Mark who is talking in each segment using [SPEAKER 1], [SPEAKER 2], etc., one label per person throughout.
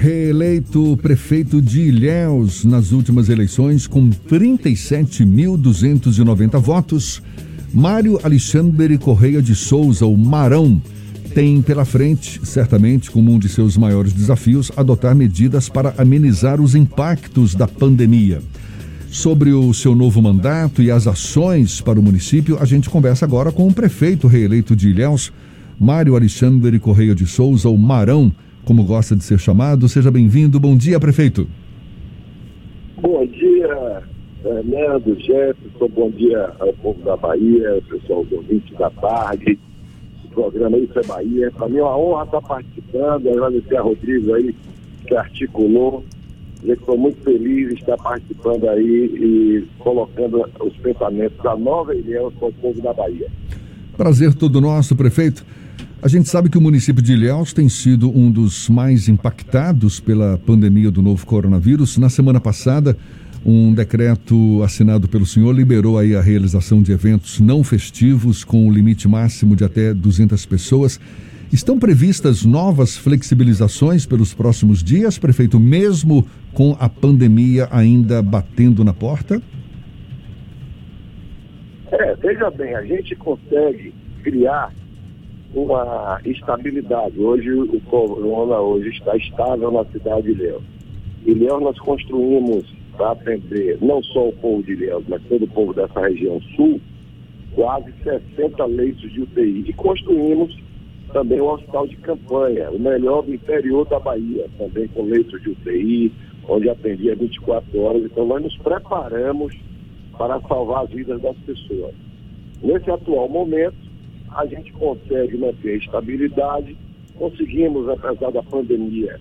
[SPEAKER 1] Reeleito prefeito de Ilhéus nas últimas eleições com 37.290 votos, Mário Alexandre Correia de Souza, o Marão, tem pela frente, certamente como um de seus maiores desafios, adotar medidas para amenizar os impactos da pandemia. Sobre o seu novo mandato e as ações para o município, a gente conversa agora com o prefeito reeleito de Ilhéus, Mário Alexandre Correia de Souza, o Marão, como gosta de ser chamado. Seja bem-vindo. Bom dia, prefeito.
[SPEAKER 2] Bom dia, Fernando, Jefferson. Bom dia ao povo da Bahia, o pessoal do 20 da tarde. O programa Isso é Bahia. Para mim é uma honra estar participando. Agradecer a Rodrigo aí, que articulou. Estou muito feliz de estar participando aí e colocando os pensamentos da nova Ilhéus para o povo da Bahia.
[SPEAKER 1] Prazer todo nosso, prefeito. A gente sabe que o município de Ilhéus tem sido um dos mais impactados pela pandemia do novo coronavírus. Na semana passada, um decreto assinado pelo senhor liberou aí a realização de eventos não festivos com um limite máximo de até 200 pessoas. Estão previstas novas flexibilizações pelos próximos dias, prefeito, mesmo com a pandemia ainda batendo na porta?
[SPEAKER 2] Veja bem, a gente consegue criar uma estabilidade. Hoje o corona está estável na cidade de Ilhéus. Ilhéus nós construímos para atender não só o povo de Ilhéus, mas todo o povo dessa região sul, quase 60 leitos de UTI. E construímos também o hospital de campanha, o melhor do interior da Bahia, também com leitos de UTI, onde atendia 24 horas. Então nós nos preparamos para salvar as vidas das pessoas. Nesse atual momento, a gente consegue manter a estabilidade, conseguimos, apesar da pandemia,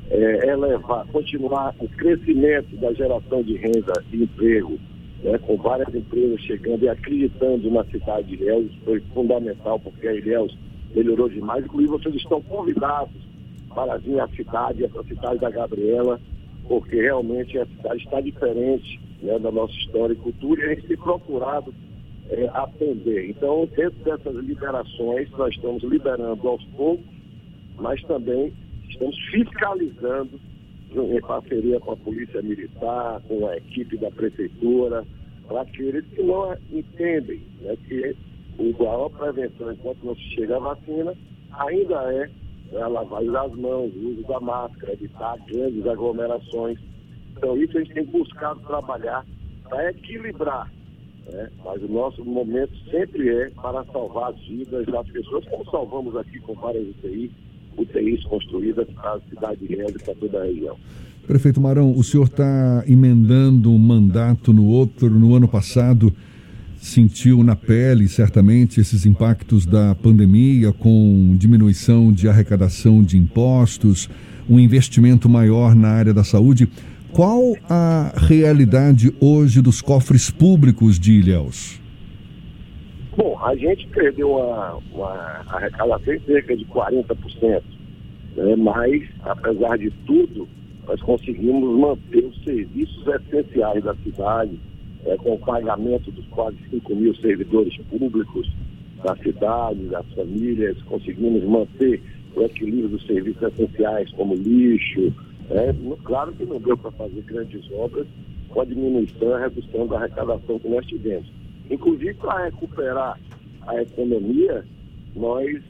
[SPEAKER 2] continuar o crescimento da geração de renda e emprego, com várias empresas chegando e acreditando na cidade de Ilhéus. Isso foi fundamental, porque a Ilhéus melhorou demais. Inclusive, vocês estão convidados para vir à cidade, essa cidade da Gabriela, porque realmente a cidade está diferente, da nossa história e cultura, e a gente tem procurado atender. Então, dentro dessas liberações, nós estamos liberando aos poucos, mas também estamos fiscalizando em parceria com a Polícia Militar, com a equipe da Prefeitura, para aqueles que não entendem, que a maior prevenção enquanto não se chega à vacina ainda é a lavagem das mãos, o uso da máscara, evitar grandes aglomerações. Então, isso a gente tem buscado trabalhar para equilibrar, mas o nosso momento sempre é para salvar as vidas das pessoas, como salvamos aqui com várias UTIs construídas para a cidade de Ilhéus e para toda a região.
[SPEAKER 1] Prefeito Marão, o senhor está emendando um mandato no outro. No ano passado, sentiu na pele, certamente, esses impactos da pandemia, com diminuição de arrecadação de impostos, um investimento maior na área da saúde. Qual a realidade hoje dos cofres públicos de Ilhéus?
[SPEAKER 2] Bom, a gente perdeu uma arrecadação em cerca de 40%, mas, apesar de tudo, nós conseguimos manter os serviços essenciais da cidade, com o pagamento dos quase 5 mil servidores públicos da cidade, das famílias. Conseguimos manter o equilíbrio dos serviços essenciais, como lixo. Claro que não deu para fazer grandes obras com a diminuição e redução da arrecadação que nós tivemos. Inclusive, para recuperar a economia, nós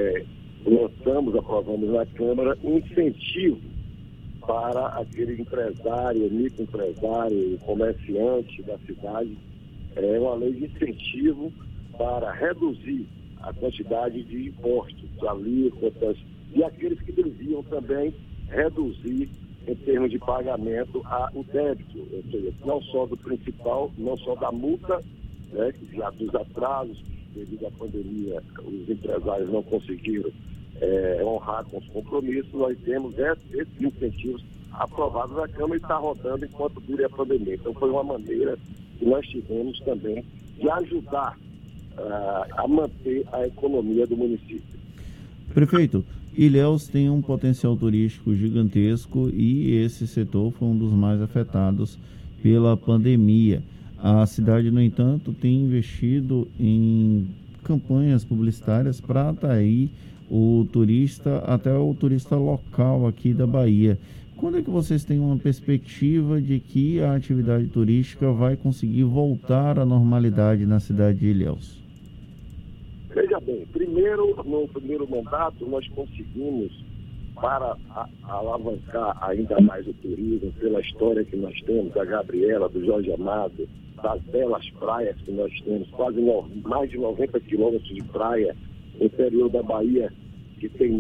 [SPEAKER 2] aprovamos na Câmara um incentivo para aquele empresário, microempresário, comerciante da cidade. É uma lei de incentivo para reduzir a quantidade de impostos, alíquotas, e aqueles que deviam também reduzir em termos de pagamento o débito, ou seja, não só do principal, não só da multa, já dos atrasos, devido à pandemia, os empresários não conseguiram honrar com os compromissos. Nós temos esses incentivos aprovados na Câmara e está rodando enquanto dure a pandemia. Então foi uma maneira que nós tivemos também de ajudar a manter a economia do município.
[SPEAKER 3] Prefeito, Ilhéus tem um potencial turístico gigantesco e esse setor foi um dos mais afetados pela pandemia. A cidade, no entanto, tem investido em campanhas publicitárias para atrair o turista, até o turista local aqui da Bahia. Quando é que vocês têm uma perspectiva de que a atividade turística vai conseguir voltar à normalidade na cidade de Ilhéus?
[SPEAKER 2] Veja bem, no primeiro mandato, nós conseguimos, para alavancar ainda mais o turismo, pela história que nós temos, da Gabriela, do Jorge Amado, das belas praias que nós temos, mais de 90 quilômetros de praia no interior da Bahia, que tem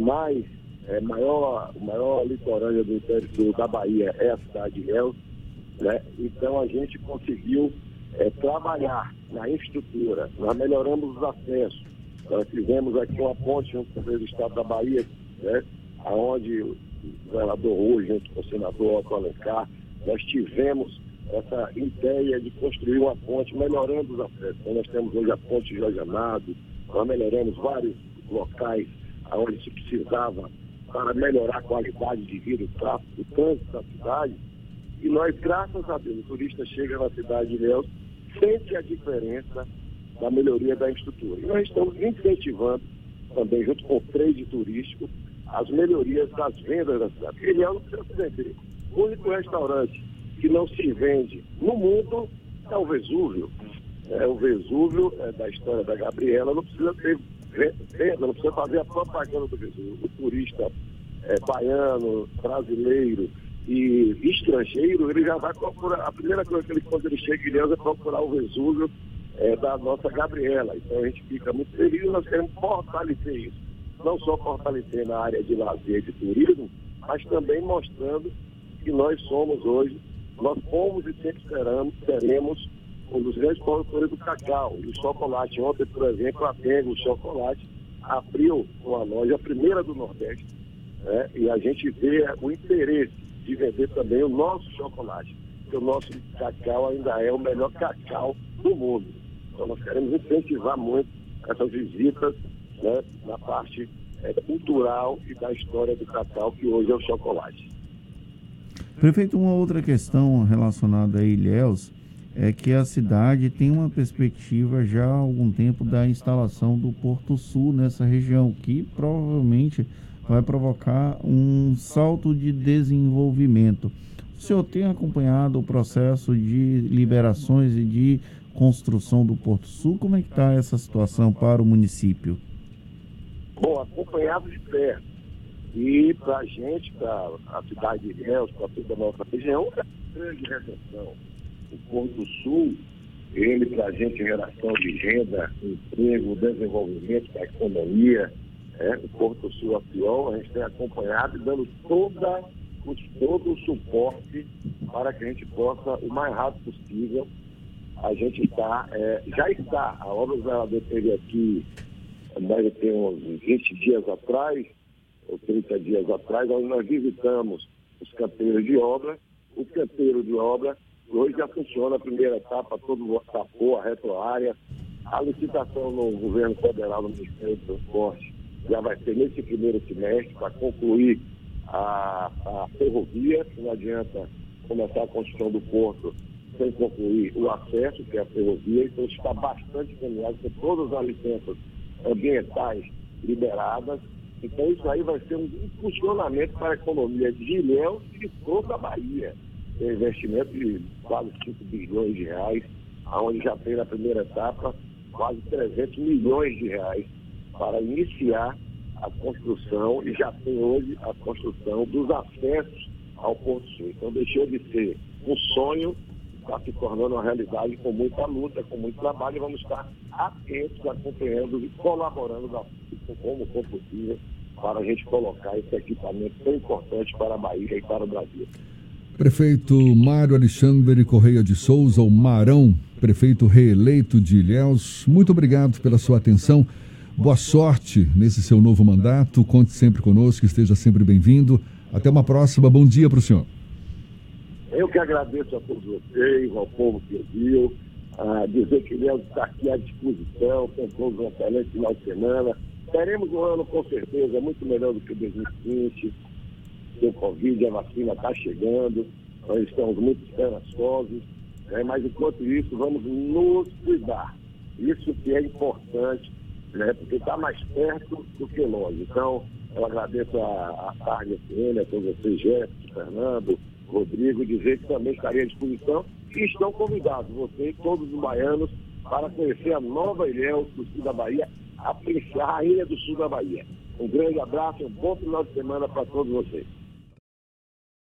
[SPEAKER 2] maior litorânea do interior da Bahia é a cidade de Ilhéus, né? Então a gente conseguiu trabalhar na infraestrutura, nós melhoramos os acessos, nós fizemos aqui uma ponte junto com o do Estado da Bahia, né? Onde o governador hoje, junto com o senador Otto Alencar, nós tivemos essa ideia de construir uma ponte, melhorando os acessos. Então nós temos hoje a ponte Jorge Amado, nós melhoramos vários locais onde se precisava para melhorar a qualidade de vida, o trânsito da cidade. E nós, graças a Deus, o turista chega na cidade de Ilhéus, sente a diferença da melhoria da infraestrutura. E nós estamos incentivando também, junto com o trade turístico, as melhorias das vendas da cidade. Ilhéus não precisa se vender. O único restaurante que não se vende no mundo é o Vesúvio. O Vesúvio, da história da Gabriela, não precisa ter venda, não precisa fazer a propaganda do Vesúvio. O turista baiano, brasileiro e estrangeiro, ele já vai procurar, a primeira coisa que ele, quando ele chega em Ilhéus, é procurar o Vesúvio da nossa Gabriela. Então a gente fica muito feliz e nós queremos fortalecer isso. Não só fortalecer na área de lazer e de turismo, mas também mostrando que nós somos hoje, nós fomos e sempre seremos um dos grandes produtores do cacau e do chocolate. Ontem, por exemplo, a Tengo Chocolate abriu uma loja, a primeira do Nordeste, né? E a gente vê o interesse de vender também o nosso chocolate, porque o nosso cacau ainda é o melhor cacau do mundo. Então nós queremos incentivar muito essas visitas, né, na parte cultural e da história do cacau, que hoje é o chocolate.
[SPEAKER 3] Prefeito, uma outra questão relacionada a Ilhéus é que a cidade tem uma perspectiva já há algum tempo da instalação do Porto Sul nessa região, que provavelmente vai provocar um salto de desenvolvimento. O senhor tem acompanhado o processo de liberações e de construção do Porto Sul? Como é que está essa situação para o município?
[SPEAKER 2] Bom, acompanhado de perto. E para a gente, para a cidade de Ilhéus, para toda a nossa região, é uma grande recepção. O Porto Sul, ele para a gente, geração de renda, emprego, desenvolvimento da economia, o Porto Sul atual, a gente tem acompanhado e dando todo o suporte para que a gente possa, o mais rápido possível, a gente já está, a obra do governador teve aqui, deve ter uns 20 dias atrás, ou 30 dias atrás, onde nós visitamos os canteiros de obra. O canteiro de obra hoje já funciona a primeira etapa, todo o vapor, a retroárea. A licitação no governo federal, no Ministério do Transporte, já vai ser nesse primeiro semestre para concluir a ferrovia, que não adianta começar a construção do porto sem concluir o acesso, que é a ferrovia. Então está bastante caminhado, com todas as licenças ambientais liberadas. Então isso aí vai ser um funcionamento para a economia de Ilhéus e de toda a Bahia. Tem investimento de quase 5 bilhões de reais, onde já tem na primeira etapa quase 300 milhões de reais para iniciar a construção, e já tem hoje a construção dos acessos ao Porto Sul. Então deixou de ser um sonho, está se tornando uma realidade com muita luta, com muito trabalho, e vamos estar atentos, acompanhando e colaborando como for possível para a gente colocar esse equipamento tão importante para a Bahia e para o Brasil.
[SPEAKER 1] Prefeito Mário Alexandre Correia de Souza, o Marão, prefeito reeleito de Ilhéus, muito obrigado pela sua atenção. Boa sorte nesse seu novo mandato. Conte sempre conosco, esteja sempre bem-vindo. Até uma próxima. Bom dia para o senhor.
[SPEAKER 2] Eu que agradeço a todos vocês, ao povo que ouviu, dizer que Ilhéus está aqui à disposição, tem todos um excelente final de semana. Teremos um ano, com certeza, muito melhor do que 2020. O Covid, a vacina está chegando, nós estamos muito esperançosos, mas enquanto isso, vamos nos cuidar. Isso que é importante né? Porque está mais perto do que longe. Então, eu agradeço a Tarde FM, a todos vocês, Jefferson, Fernando, Rodrigo, dizer que também estarei à disposição e estão convidados, vocês, todos os baianos, para conhecer a nova Ilhéus do sul da Bahia, apreciar a Ilha do Sul da Bahia. Um grande abraço e um bom final de semana para todos vocês.